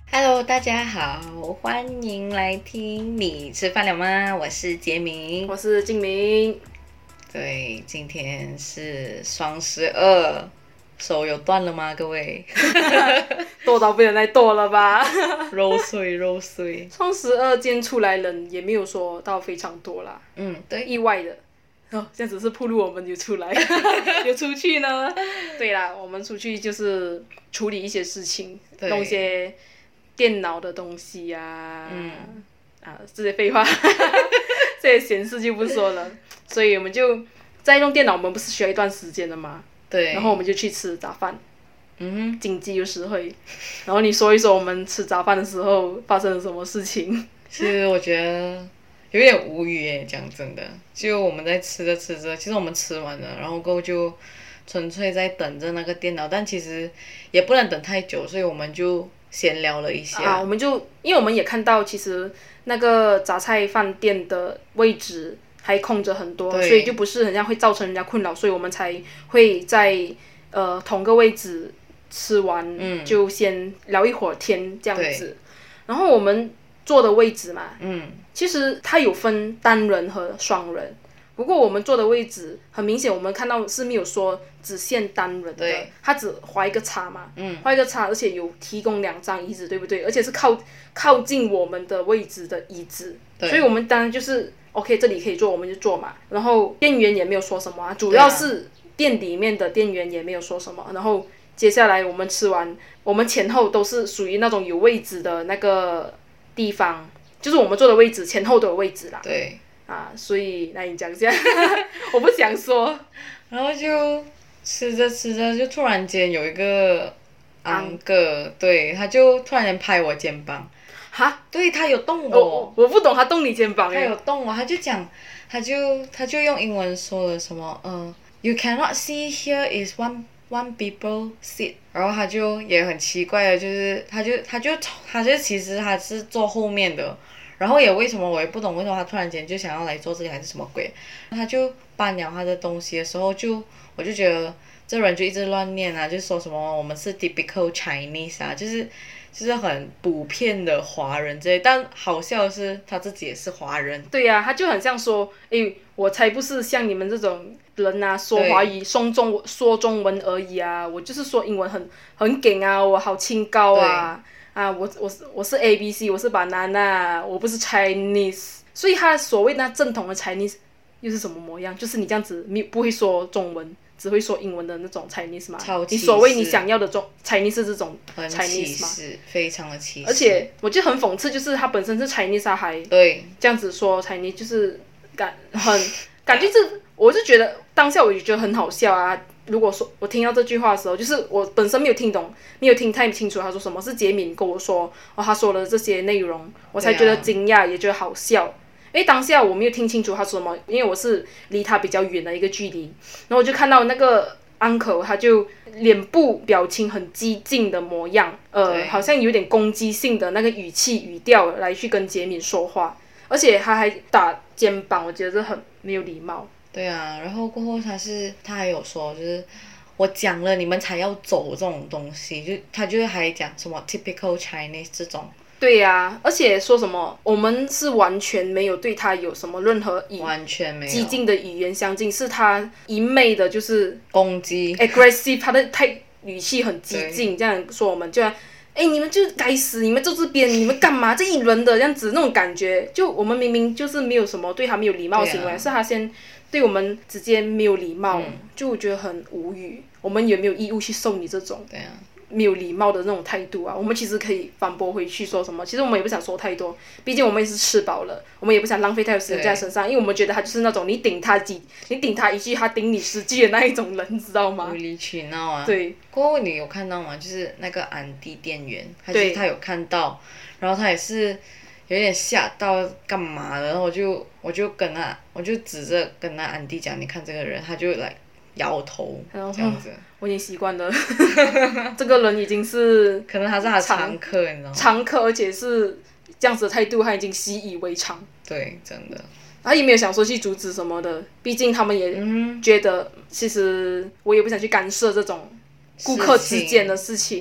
Hello，大家好，欢迎来听你吃饭了吗？我是杰明， 我是静明。 对，今天是双12，手有断了吗？各位， 剁到不能再剁了吧？ 揉碎揉碎。 双12间出来人也没有说到非常多啦， 对， 意外的。这样子是暴露我们有出来，有出去呢。对啦，我们出去就是处理一些事情，弄一些电脑的东西呀、这些废话，这些闲事就不说了。所以我们就在用电脑，我们不是需要一段时间的嘛？ 对。 然后我们就去吃早饭。经济有实惠。然后你说一说我们吃早饭的时候发生了什么事情？ 其实我觉得有点无语耶，讲真的，就我们在吃着吃着，其实我们吃完了，然后过后就纯粹在等着那个电脑，但其实也不能等太久，所以我们就闲聊了一下。 我们就因为我们也看到，其实那个杂菜饭店的位置还空着很多，所以就不是很像会造成人家困扰，所以我们才会在同个位置吃完，就先聊一会儿天这样子。然后我们坐的位置嘛，其实它有分单人和双人。不过我们坐的位置很明显，我们看到是没有说只限单人的，它只划一个叉嘛，划一个叉，而且有提供2张椅子，对不对？而且是靠近我们的位置的椅子，所以我们当然就是 OK， 这里可以坐我们就坐嘛。然后店员也没有说什么主要是店里面的店员也没有说什么。然后接下来我们吃完，我们前后都是属于那种有位置的那个地方，就是我们坐的位置前后都有位置啦。 对。 所以那你讲一下，我不想说。 然后就吃着吃着，就突然间有一个安哥，对，他就突然间拍我肩膀。 哈？ 对，他有动我。 我不懂他动你肩膀。 他有动我，他就讲，他就用英文说了什么，You cannot see here is one people sit， 然后他就也很奇怪的，就是他就其实他是坐后面的。然后也为什么我也不懂为什么他突然间就想要来做这里还是什么鬼，他就搬了他的东西的时候我就觉得这人就一直乱念啊，就说什么我们是 typical Chinese 啊，就是很普遍的华人之类，但好笑的是他自己也是华人。 对呀，他就很像说，我才不是像你们这种人啊，说华语说中文而已啊，我就是说英文很梗啊，我好清高啊。我是 ABC， 我是 banana， 我不是 Chinese， 所以他所谓那正统的 Chinese 又是什么模样？就是你这样子不会说中文，只会说英文的那种 Chinese 嘛？你所谓你想要的Chinese 是这种 Chinese 吗？ 非常的歧视。 而且我觉得很讽刺，就是他本身是 Chinese， 还这样子说 Chinese， 就是感觉我就觉得当下我就觉得很好笑啊。如果说我听到这句话的时候，就是我本身没有听太清楚他说什么，是杰敏跟我说他说了这些内容，我才觉得惊讶，也觉得好笑。因为当下我没有听清楚他说什么，因为我是离他比较远的一个距离，然后我就看到那个 uncle 他就脸部表情很激进的模样，好像有点攻击性的那个语气语调来去跟杰敏说话，而且他还打肩膀，我觉得这很没有礼貌。 对啊，然后过后他还有说，就是我讲了你们才要走这种东西，他就还讲什么 typical Chinese 这种。 对呀，而且说什么我们是完全没有对他有什么任何完全没有激进的语言相近，是他一昧的就是攻击 aggressive， 他的语气很激进，这样说我们就你们就该死，你们就这边你们干嘛这一轮的这样子那种感觉，就我们明明就是没有什么对他没有礼貌行为，是他先对我们直接没有礼貌，就我觉得很无语。我们也没有义务去受你这种没有礼貌的那种态度啊。我们其实可以反驳回去说什么，其实我们也不想说太多，毕竟我们也是吃饱了，我们也不想浪费太多时间在他身上，因为我们觉得他就是那种你顶他一句他顶你10句的那一种人，知道吗？ 无理取闹啊。 对。 过后你有看到吗？就是那个安迪店员，他有看到，然后他也是有点吓到干嘛的，然后我就指着跟那安迪讲，你看这个人，他就来摇头这样子。 我已经习惯了，这个人已经是可能他是他的常客，你知道吗？ 常客，而且是这样子的态度，他已经习以为常。 对，真的。 他也没有想说去阻止什么的，毕竟他们也觉得，其实我也不想去干涉这种顾客之间的事情。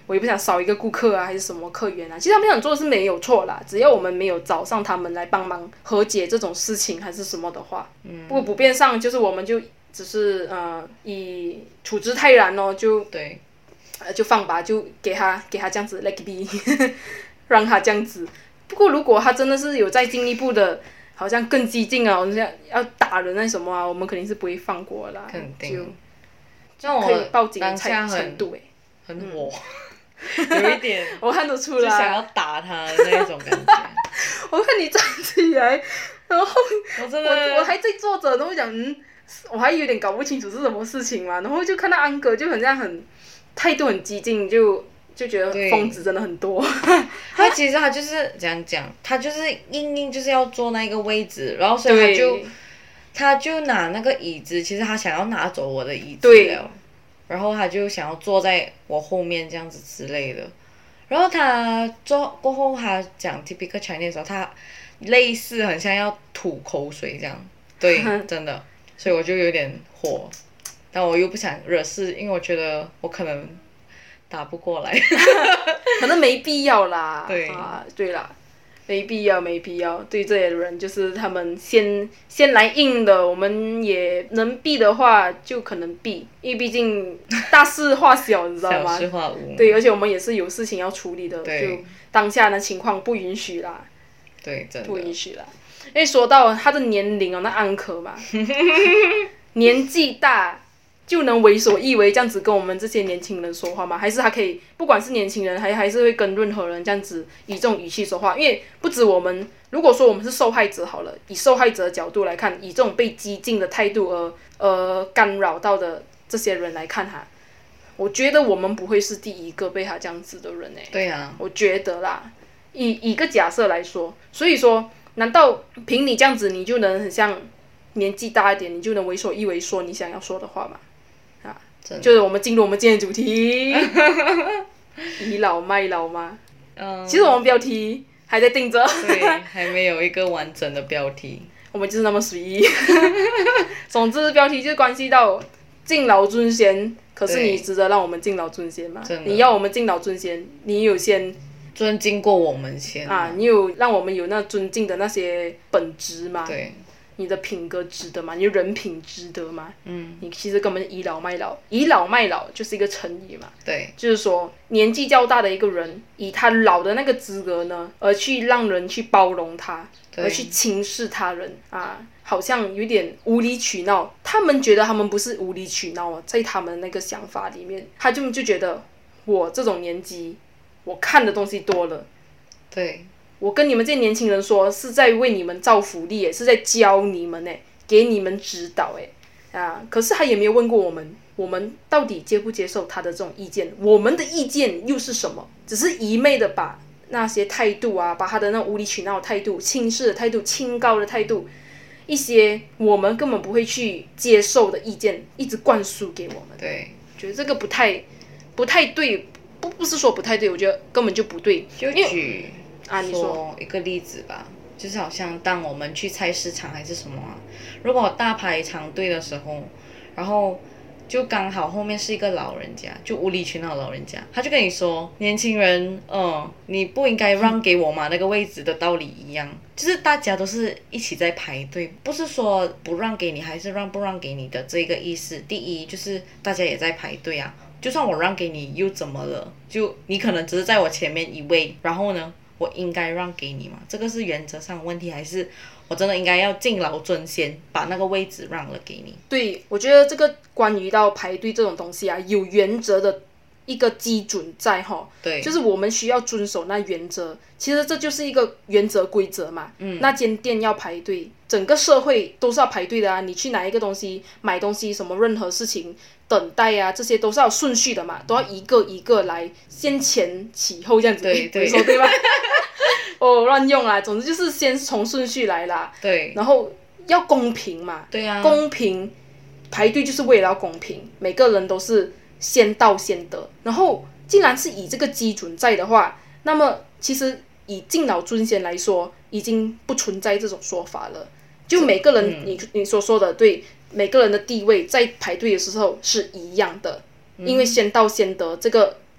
我也不想少一个顾客啊，还是什么客源啊。其实他们想做的是没有错啦，只要我们没有找上他们来帮忙和解这种事情还是什么的话，不过普遍上就是我们就只是以处之泰然哦，就对， 就放吧，就给他这样子 let it be 让他这样子。不过如果他真的是有再进一步的，好像更激进啊，要打人啊什么啊，我们肯定是不会放过啦， 肯定。 就可以报警的程度很火，有一点我看得出来， 就想要打他的那种感觉。 我看你站起来，然后我还在坐着，然后讲我还有点搞不清楚是什么事情嘛，然后就看到安哥就很像态度很激进，就觉得疯子真的很多。 他其实他就是怎样讲，他就是硬就是要坐那个位置，然后所以他就拿那个椅子，其实他想要拿走我的椅子了，然后他就想要坐在我后面这样子之类的。然后他坐过后，他讲 typical Chinese 的时候，他类似很像要吐口水这样，对，真的，所以我就有点火，但我又不想惹事，因为我觉得我可能打不过来， 可能没必要啦。 对对啦。没必要，对这些人就是他们先来硬的，我们也能避的话就可能避，因为毕竟大事化小，你知道吗？ 小事化无。 对，而且我们也是有事情要处理的， 对， 就当下的情况不允许啦。 对，真的不允许啦。因为说到他的年龄哦，那安可嘛，年纪大。就能为所欲为这样子跟我们这些年轻人说话吗？还是他可以不管是年轻人还是会跟任何人这样子以这种语气说话？因为不止我们，如果说我们是受害者好了，以受害者的角度来看，以这种被激进的态度干扰到的这些人来看哈，我觉得我们不会是第一个被他这样子的人对啊， 我觉得啦，以一个假设来说，所以说，难道凭你这样子，你就能很像年纪大一点，你就能为所欲为说你想要说的话吗？就是我们进入我们今天的主题，倚老卖老吗？其实我们标题还在定着， 对，还没有一个完整的标题。 我们就是那么随意。总之，标题就关系到敬老尊贤，可是你值得让我们敬老尊贤吗？你要我们敬老尊贤，你有先尊敬过我们先你有让我们有那尊敬的那些本质吗？ 对。 你的品格值得吗？你的人品值得吗？你其实根本倚老卖老，倚老卖老就是一个成语嘛。 对， 就是说年纪较大的一个人，以他老的那个资格呢，而去让人去包容他，而去轻视他人好像有点无理取闹。他们觉得他们不是无理取闹在他们那个想法里面，他就觉得我这种年纪，我看的东西多了。 对。 我跟你们这些年轻人说，是在为你们造福利，是在教你们给你们指导可是他也没有问过我们到底接不接受他的这种意见，我们的意见又是什么？只是一昧的把那些态度把他的那无理取闹的态度、轻视的态度、清高的态度，一些我们根本不会去接受的意见，一直灌输给我们。 对， 觉得这个不太对，不是说不太对，我觉得根本就不对。 就举你说一个例子吧，就是好像当我们去菜市场还是什么如果大排长队的时候，然后就刚好后面是一个老人家，就无理取闹的老人家，他就跟你说，年轻人，你不应该让给我嘛，那个位置的道理一样，就是大家都是一起在排队，不是说不让给你还是让不让给你的这个意思。第一就是大家也在排队就算我让给你又怎么了？就你可能只是在我前面一位，然后呢？我应该让给你吗？这个是原则上的问题，还是我真的应该要敬老尊贤，把那个位置让了给你？ 对，我觉得这个关于到排队这种东西有原则的一个基准在对， 就是我们需要遵守那原则。其实这就是一个原则规则嘛。那间店要排队，整个社会都是要排队的你去拿一个东西、买东西，什么任何事情。等待这些都是要顺序的嘛，都要一个一个来，先前起后这样子，对吧？乱用总之就是先从顺序来啦。 对， 然后要公平嘛。 对公平，排队就是为了要公平，每个人都是先到先得。然后，既然是以这个基准在的话，那么其实以敬老尊贤来说，已经不存在这种说法了。就每个人，你所说的对。每个人的地位在排队的时候是一样的，因为先到先得这个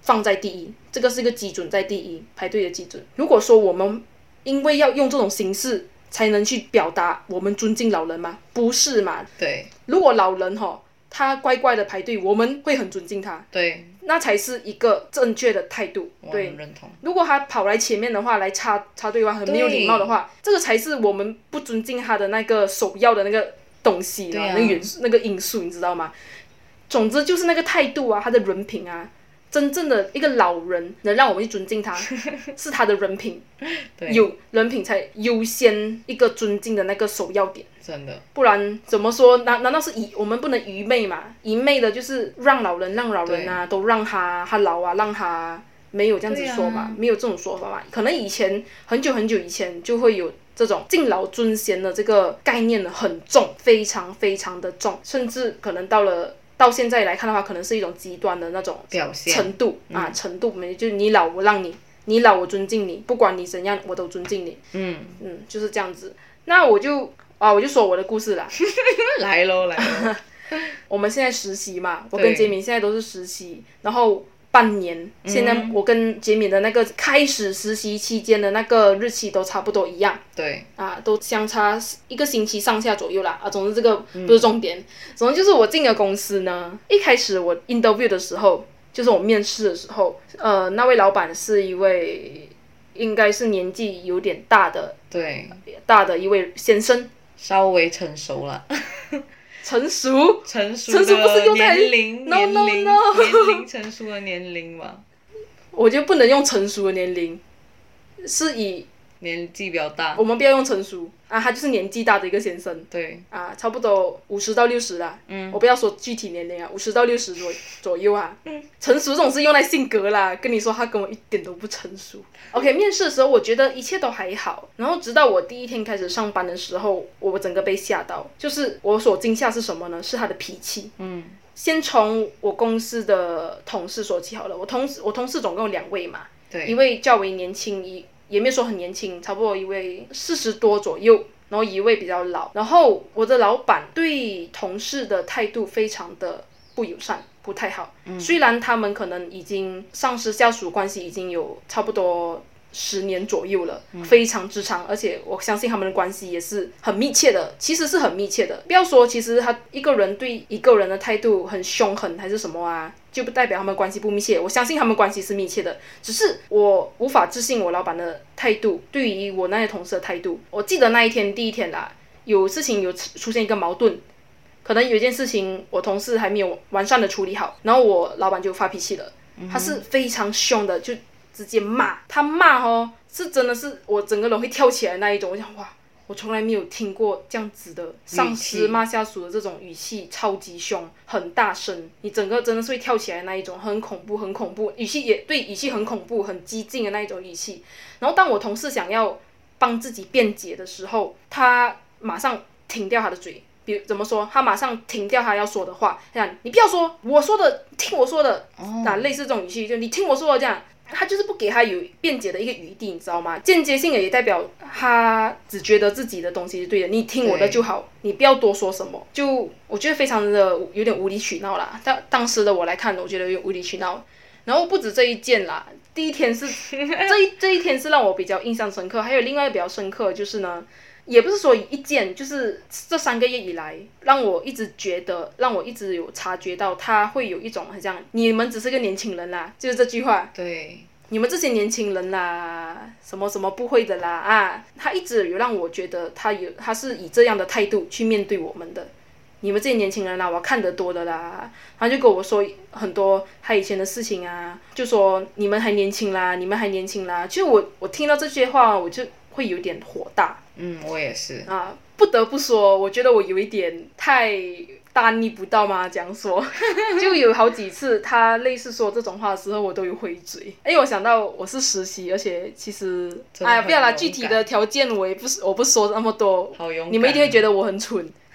放在第一，这个是一个基准在第一，排队的基准。如果说我们因为要用这种形式才能去表达我们尊敬老人吗？不是嘛？ 对， 如果老人他乖乖的排队，我们会很尊敬他， 对， 那才是一个正确的态度。 我对， 很认同。 如果他跑来前面的话，来插队的话，很没有礼貌的话，这个才是我们不尊敬他的那个首要的那个东西啦，那个因素，你知道吗？总之就是那个态度啊，他的人品啊，真正的一个老人能让我们去尊敬他，是他的人品，有人品才优先一个尊敬的那个首要点。 真的， 不然怎么说？难道是我们不能愚昧嘛？愚昧的就是让老人啊，都让他老啊，让他没有这样子说嘛，没有这种说法嘛？可能以前很久以前就会有这种敬老尊贤的这个概念呢，很重，非常非常的重，甚至可能到现在来看的话，可能是一种极端的那种表现程度啊，程度，就是你老我让你，你老我尊敬你，不管你怎样我都尊敬你，就是这样子。那我就说我的故事啦， 来咯。 我们现在实习嘛，我跟杰敏现在都是实习，然后半年，现在我跟杰敏的那个开始实习期间的那个日期都差不多一样， 对， 都相差1个星期上下左右啦，总之这个不是重点，总之就是我进了公司呢，一开始我 interview 的时候，就是我面试的时候，那位老板是一位应该是年纪有点大的一位先生， 稍微成熟了。 成熟不是用在年龄成熟的年龄嘛？ 我觉得不能用成熟的年龄，是以年纪比较大。 我们不要用成熟啊，他就是年纪大的一个先生。 对啊，差不多50到60啦。我不要说具体年龄啊，50到60左右啊。成熟这种是用来性格啦，跟你说他跟我一点都不成熟。OK， 面试的时候我觉得一切都还好，然后直到我第一天开始上班的时候，我整个被吓到。就是我所惊吓是什么呢？是他的脾气。先从我公司的同事说起好了。我同事总共有2位嘛，一位较为年轻，也没有说很年轻，差不多一位40多左右，然后一位比较老。然后我的老板对同事的态度非常的不友善，不太好。虽然他们可能已经上司下属关系已经有差不多10年左右了，非常之长，而且我相信他们的关系也是很密切的，其实是很密切的。不要说其实他一个人对一个人的态度很凶狠还是什么啊，就不代表他们关系不密切，我相信他们关系是密切的，只是我无法置信我老板的态度对于我那些同事的态度。我记得那一天第一天啦，有事情有出现一个矛盾，可能有一件事情我同事还没有完善的处理好，然后我老板就发脾气了，他是非常凶的，就直接骂，他骂是真的是我整个人会跳起来那一种。我想哇，我从来没有听过这样子的上司骂下属的这种语气，超级凶，很大声，你整个真的是会跳起来那一种，很恐怖，很恐怖，语气很恐怖，很激进的那一种语气。然后当我同事想要帮自己辩解的时候，他马上停掉他的嘴。比如怎么说，他马上停掉他要说的话，这样你不要说，我说的，听我说的，类似这种语气，就你听我说的这样。他就是不给他有辩解的一个余地，你知道吗？间接性的也代表他只觉得自己的东西是对的，你听我的就好，你不要多说什么。就我觉得非常的有点无理取闹啦。当时的我来看，我觉得有无理取闹。然后不止这一件啦，第一天是这一天是让我比较印象深刻，还有另外一个比较深刻就是呢。也不是说一件，就是这3个月以来，让我一直有察觉到，他会有一种很像你们只是个年轻人啦，就是这句话。 对， 你们这些年轻人啦，什么什么不会的啦啊，他一直有让我觉得他是以这样的态度去面对我们的。你们这些年轻人啦，我看得多的啦，他就跟我说很多他以前的事情啊，就说你们还年轻啦，就我听到这些话，我就会有点火大。 我也是啊，不得不说，我觉得我有一点太大逆不道嘛，这样说，就有好几次他类似说这种话的时候，我都有回嘴。因为我想到我是实习，而且其实不要啦，具体的条件我不说那么多，你们一定会觉得我很蠢。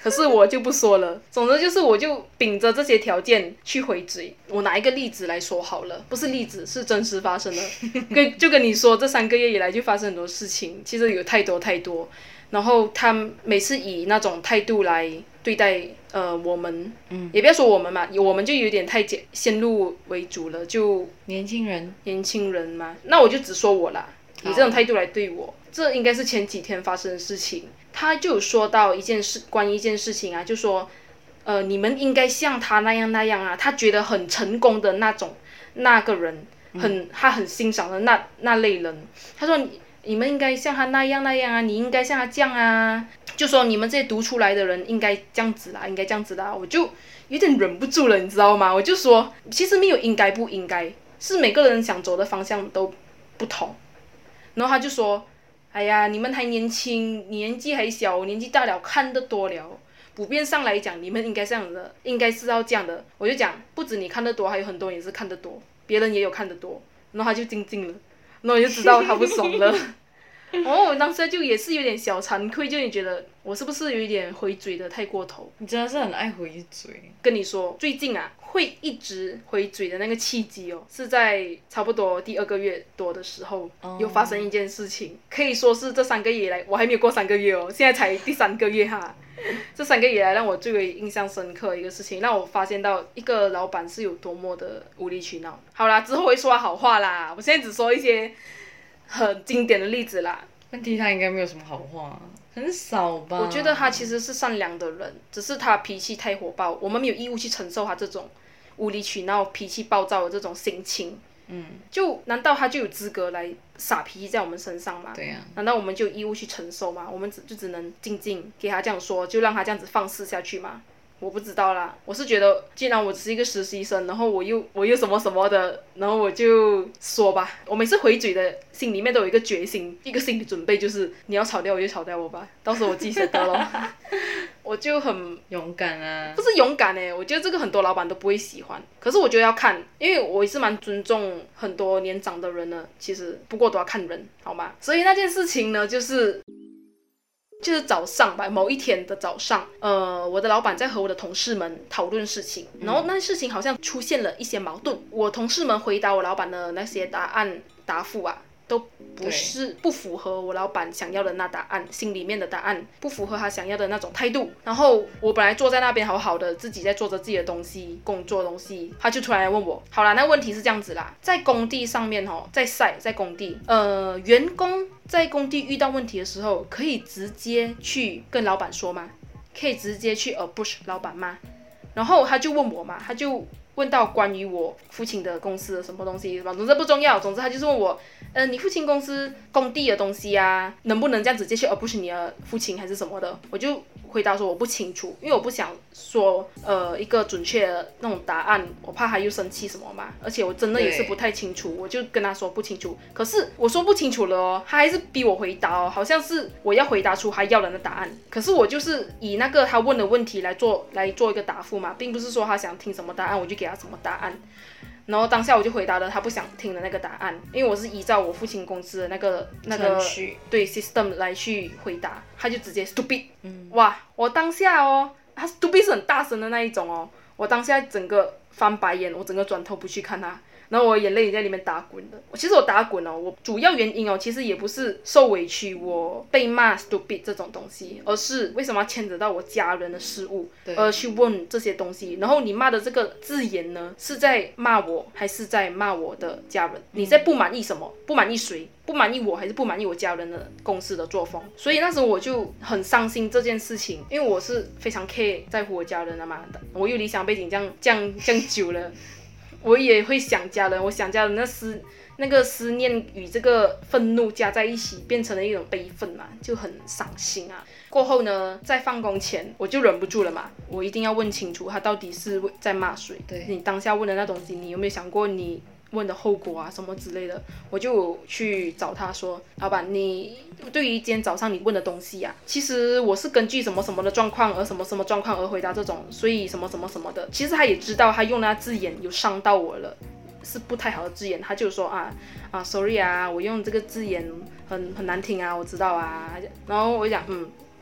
可是我就不说了。总之就是我就秉着这些条件去回嘴。我拿一个例子来说好了，不是例子，是真实发生的。就跟你说，这3个月以来就发生很多事情，其实有太多太多。然后他每次以那种态度来对待我们，也不要说我们嘛，我们就有点太先入为主了，就年轻人嘛，那我就只说我啦，以这种态度来对我，这应该是前几天发生的事情。他就有说到关于一件事情啊，就说你们应该像他那样啊，他觉得很成功的那个人，他很欣赏的那类人，他说你们应该像他那样啊，你应该像他这样啊，就说你们这些读出来的人应该这样子啦，我就有点忍不住了，你知道吗？我就说其实没有应该不应该，是每个人想走的方向都不同。然后他就说，哎呀，你们还年轻，年纪还小，年纪大了看得多了，普遍上来讲你们应该这样的，应该是要这样的。我就讲不止你看得多，还有很多人也是看得多，别人也有看得多。然后他就静静了，然后我就知道他不爽了。然后我当时就也是有点小惭愧，就你觉得我是不是有一点回嘴的太过头？ 你真的是很爱回嘴。 跟你说，最近啊会一直回嘴的那个契机哦，是在差不多第2个月多的时候，有发生一件事情，可以说是这3个月以来，我还没有过3个月哦，现在才第3个月哈。这3个月以来让我最为印象深刻的一个事情，让我发现到一个老板是有多么的无理取闹。好啦，之后我会说他好话啦，我现在只说一些很经典的例子啦。 问题他应该没有什么好话，很少吧。 我觉得他其实是善良的人，只是他脾气太火爆，我们没有义务去承受他这种无理取闹、脾气暴躁的这种心情。就难道他就有资格来撒脾气在我们身上吗？ 对呀。 难道我们就有义务去承受吗？我们只能静静给他这样说，就让他这样子放肆下去吗？我不知道啦，我是觉得既然我只是一个实习生，然后我又什么什么的，然后我就说吧。我每次回嘴的心里面都有一个决心，一个心理准备，就是你要吵掉我就吵掉我吧，到时候我自己舍得咯。我就很勇敢啊， 不是勇敢我觉得这个很多老板都不会喜欢，可是我觉得要看，因为我也是蛮尊重很多年长的人呢，其实不过都要看人，好吗？所以那件事情呢，就是早上吧，某一天的早上，我的老板在和我的同事们讨论事情，然后那事情好像出现了一些矛盾，我同事们回答我老板的那些答复啊，都不符合我老板想要的那答案，心里面的答案不符合他想要的那种态度。然后我本来坐在那边好好的，自己在做着自己的东西，工作的东西，他就突然来问我，好啦，那问题是这样子啦，在工地上面在工地，员工在工地遇到问题的时候，可以直接去跟老板说吗？可以直接去approach 老板吗？然后他就问我嘛，他就问到关于我父亲的公司的什么东西，总之不重要，总之他就是问我，你父亲公司工地的东西啊，能不能这样直接去approach你的父亲还是什么的？我就回答说我不清楚，因为我不想说一个准确的那种答案，我怕他又生气什么嘛，而且我真的也是不太清楚，我就跟他说不清楚。可是我说不清楚了哦，他还是逼我回答哦，好像是我要回答出他要的那答案。可是我就是以那个他问的问题来做一个答复嘛，并不是说他想听什么答案我就给他什么答案。然后当下我就回答了他不想听的那个答案，因为我是依照我父亲公司的那个对 system 来去回答，他就直接 stupid，哇！我当下他 stupid 是很大声的那一种我当下整个翻白眼，我整个转头不去看他。然后我眼泪也在里面打滚的。其实我打滚我主要原因其实也不是受委屈我被骂 stupid 这种东西，而是为什么要牵扯到我家人的失误而去问这些东西。然后你骂的这个字眼呢，是在骂我还是在骂我的家人？你在不满意什么？不满意谁？不满意我还是不满意我家人的公司的作风？所以那时候我就很伤心这件事情，因为我是非常 care 在乎我家人的嘛，我有理想背景这样久了，我也会想家人，我想家人那个思念与这个愤怒加在一起，变成了一种悲愤嘛，就很伤心啊。过后呢，在放工前我就忍不住了嘛，我一定要问清楚他到底是在骂谁。对，你当下问的那东西，你有没有想过你问的后果啊什么之类的？我就去找他说，老板，你对于今天早上你问的东西啊，其实我是根据什么什么的状况而什么什么状况而回答这种，所以什么什么什么的。其实他也知道他用那字眼有伤到我了，是不太好的字眼，他就说sorry 啊，我用这个字眼很难听啊，我知道啊。然后我讲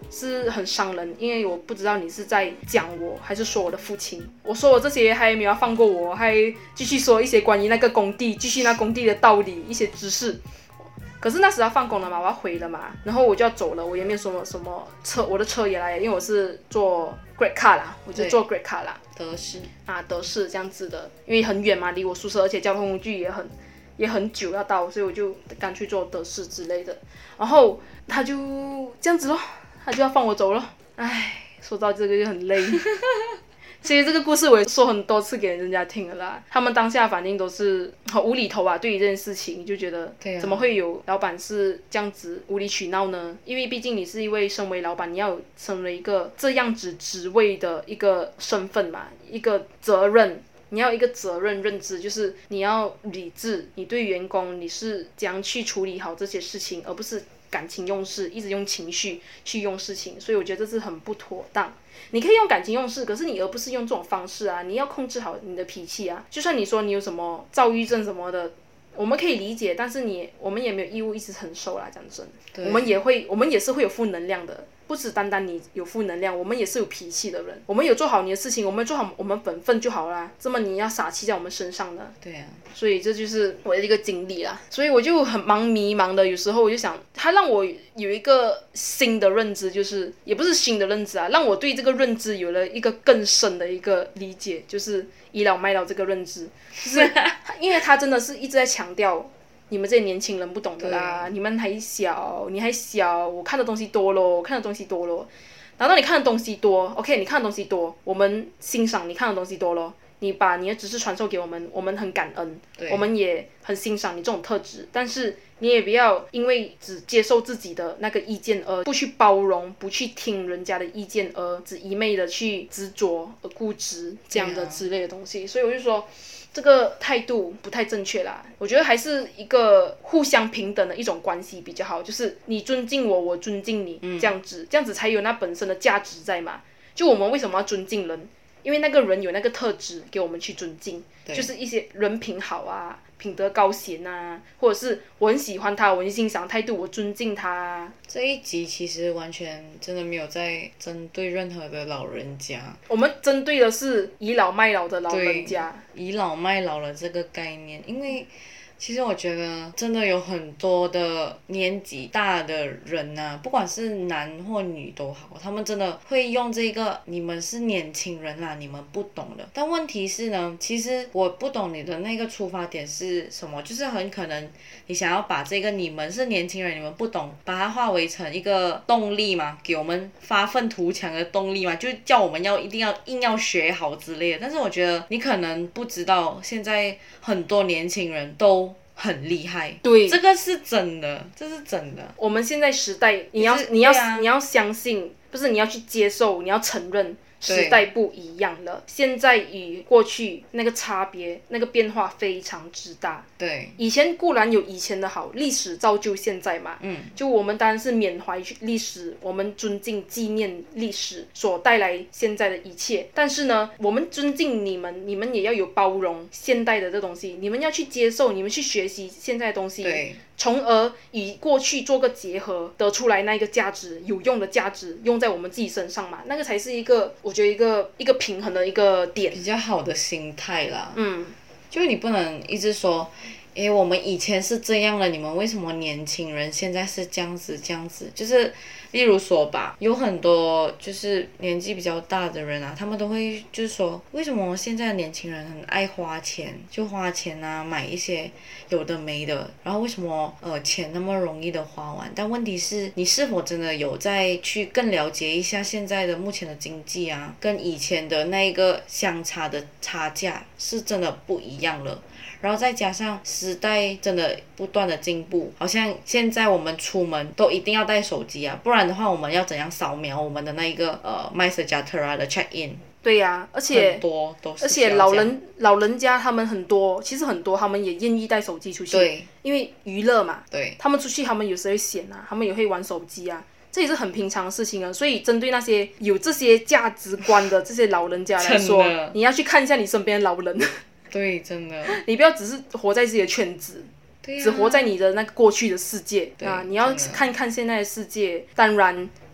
是很伤人，因为我不知道你是在讲我还是说我的父亲。我说我这些还没有放过我，还继续说一些关于那个工地，继续那工地的道理一些知识。可是那时要放工了嘛，我要回了嘛，然后我就要走了，我也没有什么车，我的车也来了，因为我是坐 Grab Car 啦，我就坐 Grab Car 啦， 德士德士这样子的，因为很远嘛，离我宿舍，而且交通工具也很久要到，所以我就干脆坐德士之类的。然后他就这样子咯，他就要放我走咯。唉，说到这个就很累。其实这个故事我也说很多次给人家听了啦，他们当下反应都是很无厘头啊，对于这件事情就觉得怎么会有老板是这样子无理取闹呢？因为毕竟你是一位身为老板，你要有身为一个这样子职位的一个身份嘛，一个责任，你要有一个责任认知，就是你要理智，你对员工你是怎样去处理好这些事情，而不是感情用事，一直用情绪去用事情，所以我觉得这是很不妥当。你可以用感情用事，可是你而不是用这种方式啊！你要控制好你的脾气啊！就算你说你有什么躁郁症什么的，我们可以理解，但是我们也没有义务一直承受啦。讲真，我们也是会有负能量的，不只单单你有负能量，我们也是有脾气的人。我们有做好你的事情，我们做好我们本分就好啦。这么你要撒气在我们身上呢？ 对啊。 所以这就是我的一个经历啦。所以我就很迷茫的，有时候我就想，它让我有一个新的认知，就是也不是新的认知啊，让我对这个认知有了一个更深的一个理解，就是倚老卖老这个认知，就是因为他真的是一直在强调。你们这些年轻人不懂的啦，你们还小，你还小，我看的东西多咯，然后你看的东西多 ，OK， 你看的东西多，我们欣赏你看的东西多咯。你把你的知识传授给我们，我们很感恩，我们也很欣赏你这种特质，但是你也不要因为只接受自己的那个意见而不去包容，不去听人家的意见，而只一昧的去执着而固执这样的之类的东西，所以我就说这个态度不太正确啦。我觉得还是一个互相平等的一种关系比较好，就是你尊敬我，我尊敬你，这样子才有那本身的价值在嘛。就我们为什么要尊敬人？因为那个人有那个特质给我们去尊敬，就是一些人品好啊，品德高贤啊，或者是我很喜欢他，我很欣赏态度，我尊敬他啊。 这一集其实完全真的没有在针对任何的老人家， 我们针对的是倚老卖老的老人家。 倚老卖老的这个概念，因为其实我觉得真的有很多的年纪大的人啊，不管是男或女都好，他们真的会用这个你们是年轻人啦，你们不懂的。但问题是呢，其实我不懂你的那个出发点是什么，就是很可能你想要把这个你们是年轻人，你们不懂，把它化为成一个动力嘛，给我们发愤图强的动力嘛，就叫我们一定要硬要学好之类的。但是我觉得你可能不知道，现在很多年轻人都很厉害， 对， 这个是真的，这是真的。 我们现在时代，你要相信，不是你要去接受，你要承认。时代不一样了，现在与过去那个差别，那个变化非常之大。 对， 以前固然有以前的好，历史造就现在嘛。就我们当然是缅怀历史，我们尊敬纪念历史所带来现在的一切。但是呢，我们尊敬你们，你们也要有包容现代的这东西，你们要去接受，你们去学习现在的东西。 对。 从而与过去做个结合，得出来那一个价值，有用的价值用在我们自己身上嘛，那个才是一个我觉得一个平衡的一个点， 比较好的心态啦。就你不能一直说，我们以前是这样了，你们为什么年轻人现在是这样子？就是例如说吧，有很多就是年纪比较大的人啊，他们都会就是说，为什么现在的年轻人很爱花钱，就花钱啊，买一些有的没的，然后为什么钱那么容易的花完？但问题是，你是否真的有在去更了解一下现在的目前的经济啊，跟以前的那一个相差的差价是真的不一样了。然后再加上时代真的不断的进步，好像现在我们出门都一定要带手机啊，不然的话我们要怎样扫描我们的那一个MySejahtera 的 check in？ 对呀，而且很多都是而且老人家他们其实很多他们也愿意带手机出去， 对， 因为娱乐嘛， 对， 他们出去他们有时候会闲啊，他们也会玩手机啊。这也是很平常的事情啊，所以针对那些有这些价值观的这些老人家来说，你要去看一下你身边的老人。 对，真的， 你不要只是活在自己的圈子，只活在你的那个过去的世界啊！你要看看现在的世界。当然，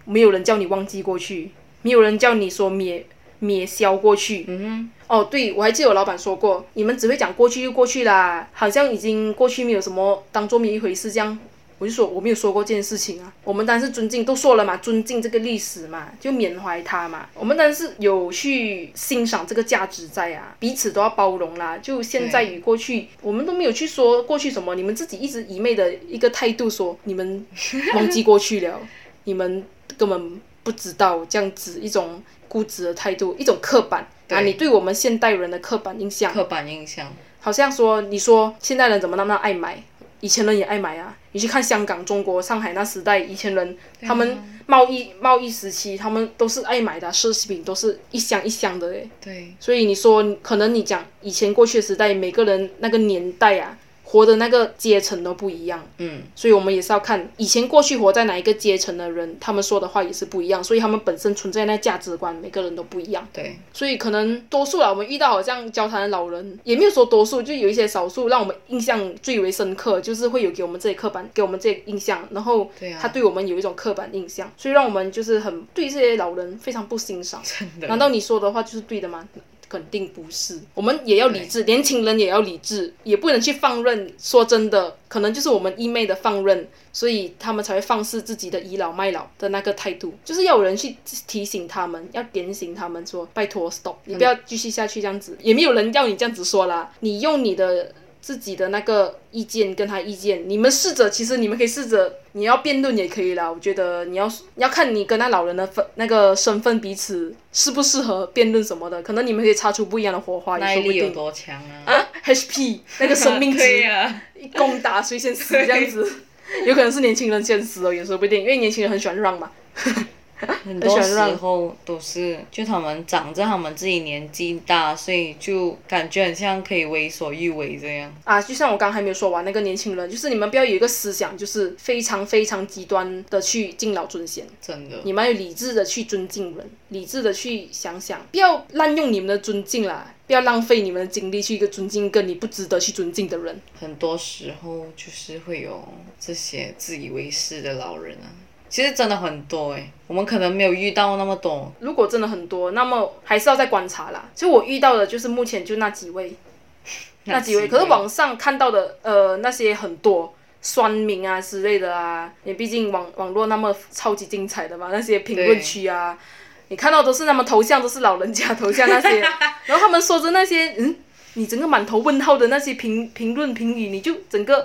没有人叫你忘记过去，没有人叫你说灭消过去。哦，对，我还记得我老板说过，你们只会讲过去就过去啦，好像已经过去没有什么，当做没一回事这样。我就说我没有说过这件事情啊，我们当然是尊敬，都说了嘛，尊敬这个历史嘛，就缅怀它嘛，我们当然是有去欣赏这个价值在啊，彼此都要包容啦。就现在与过去，我们都没有去说过去什么，你们自己一直一昧的一个态度说你们忘记过去了，你们根本不知道，这样子一种固执的态度，一种刻板啊，你对我们现代人的刻板印象，好像说你说现代人怎么那么爱买，以前人也爱买啊。你去看香港、中国、上海那时代，以前人他们贸易时期，他们都是爱买的奢侈品，都是一箱一箱的诶。 对。 所以你说，可能你讲以前过去的时代，每个人那个年代啊，活的那个阶层都不一样。所以我们也是要看以前过去活在哪一个阶层的人，他们说的话也是不一样，所以他们本身存在那价值观，每个人都不一样。 对。 所以可能多数啦，我们遇到好像交谈的老人，也没有说多数，就有一些少数让我们印象最为深刻，就是会有给我们这些刻板，给我们这些印象，然后他对我们有一种刻板印象，所以让我们就是很对这些老人非常不欣赏。 真的？ 难道你说的话就是对的吗？肯定不是，我们也要理智，年轻人也要理智，也不能去放任。说真的，可能就是我们一昧的放任，所以他们才会放肆自己的倚老卖老的那个态度，就是要有人去提醒他们，要点醒他们说，拜托 stop， 你不要继续下去这样子，也没有人要你这样子说啦，你用你的自己的那个意见跟他意见，你们试着，其实你们可以试着，你要辩论也可以啦。我觉得你要看你跟那老人的那个身份彼此适不适合辩论什么的，可能你们可以擦出不一样的火花， 耐力有多强啊 ？HP 那个生命值一攻打谁先死这样子，有可能是年轻人先死哦，有时候不一定，因为年轻人很喜欢让嘛。 很多时候都是就他们长着他们自己年纪大，所以就感觉很像可以为所欲为这样啊。就像我刚还没有说完那个年轻人，就是你们不要有一个思想，就是非常非常极端的去敬老尊贤， 真的， 你们要理智的去尊敬人，理智的去想想，不要滥用你们的尊敬啦，不要浪费你们的精力去一个尊敬跟你不值得去尊敬的人。 很多时候就是会有这些自以为是的老人啊，其实真的很多我们可能没有遇到那么多。 如果真的很多，那么还是要再观察啦。其实我遇到的就是目前就那几位，可是网上看到的那些很多酸民啊之类的啊，也毕竟网络那么超级精彩的嘛，那些评论区啊，你看到都是他们头像都是老人家头像那些，然后他们说着那些你整个满头问号的那些评论评语，你就整个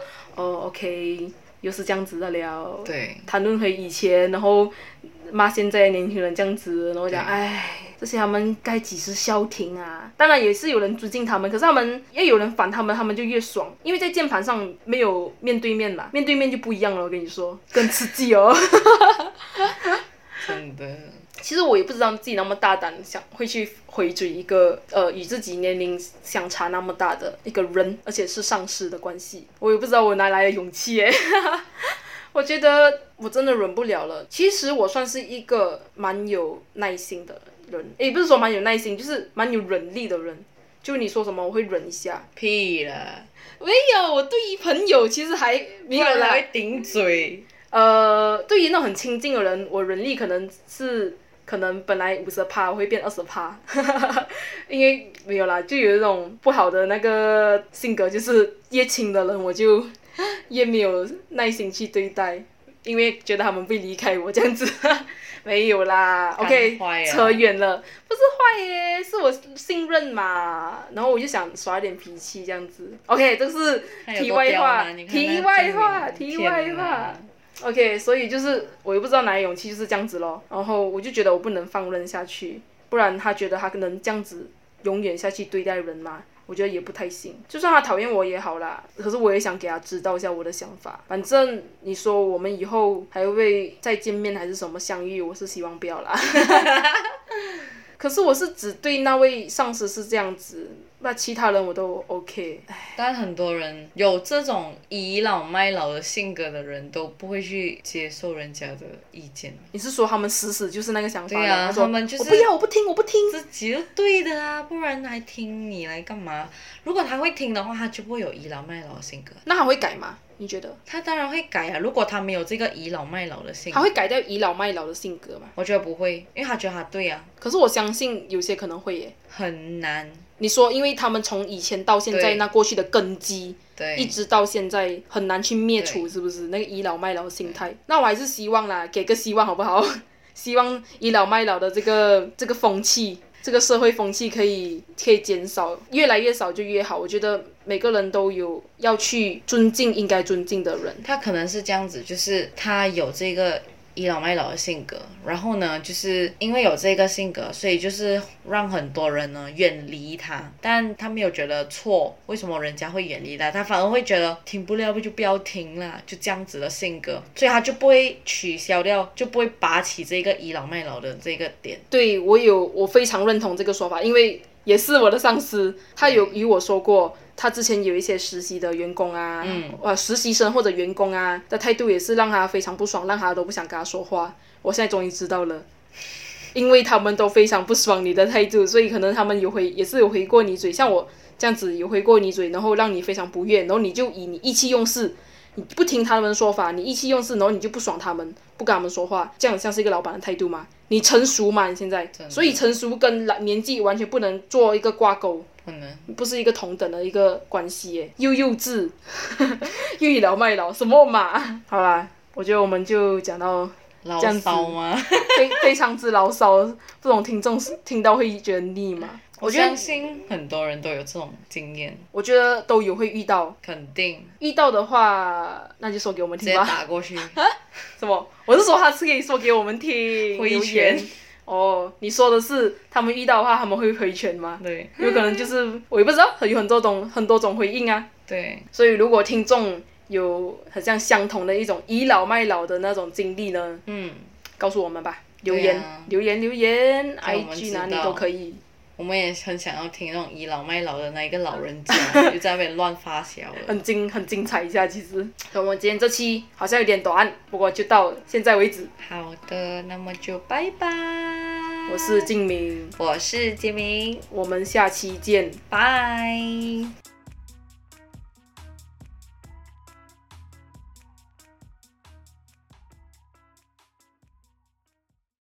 OK。又是这样子的了， 对， 谈论回以前，然后骂现在的年轻人这样子，然后讲，这些他们该几时消停啊？当然也是有人尊敬他们，可是他们越有人烦他们，他们就越爽，因为在键盘上没有面对面嘛，面对面就不一样了，我跟你说，更刺激哦。 真的。 其实我也不知道自己那么大胆，会去回追一个与自己年龄相差那么大的一个人，而且是上司的关系，我也不知道我哪来的勇气耶。我觉得我真的忍不了了。其实我算是一个蛮有耐心的人，也不是说蛮有耐心，就是蛮有忍力的人。就你说什么我会忍一下。 屁啦， 没有，我对于朋友其实还没有啦。 会顶嘴。 对于那种很亲近的人，我忍力可能本来50%我会变20%，因为没有啦，就有一种不好的那个性格，就是越亲的人我就越没有耐心去对待，因为觉得他们会离开我这样子。没有啦 ，OK， 扯远了，不是坏耶，是我信任嘛，然后我就想耍点脾气这样子。OK， 这是题外话。OK， 所以就是我也不知道哪来勇气就是这样子咯，然后我就觉得我不能放任下去，不然他觉得他能这样子永远下去对待人嘛，我觉得也不太行。就算他讨厌我也好啦，可是我也想给他知道一下我的想法。反正你说我们以后还会再见面还是什么相遇，我是希望不要啦。可是我是只对那位上司是这样子，那其他人我都 OK。 但很多人有这种倚老卖老的性格的人都不会去接受人家的意见。 你是说他们死就是那个想法？ 对啊，他们就是我不听， 自己就对的啊，不然还听你来干嘛？如果他会听的话，他就不会有倚老卖老的性格。 那他会改吗？ 你觉得？ 他当然会改啊，如果他没有这个倚老卖老的性格， 他会改掉倚老卖老的性格吗？ 我觉得不会，因为他觉得他对啊。 可是我相信有些可能会耶。 很难。 你说，因为他们从以前到现在那过去的根基， 对， 一直到现在很难去灭除，是不是？那个倚老卖老的心态。那我还是希望啦，给个希望好不好？希望倚老卖老的这个风气，这个社会风气可以减少，越来越少就越好。我觉得每个人都有要去尊敬应该尊敬的人。 他可能是这样子，就是他有这个倚老卖老的性格，然后呢，就是因为有这个性格，所以就是让很多人呢远离他，但他没有觉得错，为什么人家会远离他？他反而会觉得听不了就不要听啦，就这样子的性格，所以他就不会取消掉，就不会拔起这个倚老卖老的这个点。 对，我非常认同这个说法，因为也是我的上司，他有与我说过。他之前有一些实习的员工啊，实习生或者员工啊的态度也是让他非常不爽，让他都不想跟他说话。我现在终于知道了，因为他们都非常不爽你的态度，所以可能他们也是有回过你嘴，像我这样子有回过你嘴，然后让你非常不悦，然后你就以你意气用事，你不听他们的说法，你意气用事，然后你就不爽他们，不跟他们说话，这样像是一个老板的态度吗？你成熟嘛？你现在，所以成熟跟年纪完全不能做一个挂钩。不是一个同等的一个关系耶，又幼稚，又倚老卖老，什么嘛？好啦，我觉得我们就讲到牢骚吗？ 非常之牢骚，不懂听众听到会觉得腻吗？ 我相信很多人都有这种经验， 我觉得都有会遇到， 肯定遇到的话，那就说给我们听吧。 直接打过去。 什么？我是说他是可以说给我们听， 回拳。 哦，你说的是他们遇到的话他们会回拳吗？ 对， 有可能就是我也不知道，有很多种回应啊。 对， 所以如果听众有很像相同的一种倚老卖老的那种经历呢，告诉我们吧，留言，IG 哪里都可以。 我们也很想要听那种倚老卖老的那一个老人家就在那边乱发飙了， 很精彩一下其实。我们今天这期好像有点短，不过就到现在为止。 好的，那么就拜拜。 我是静明， 我是杰明， 我们下期见， 拜。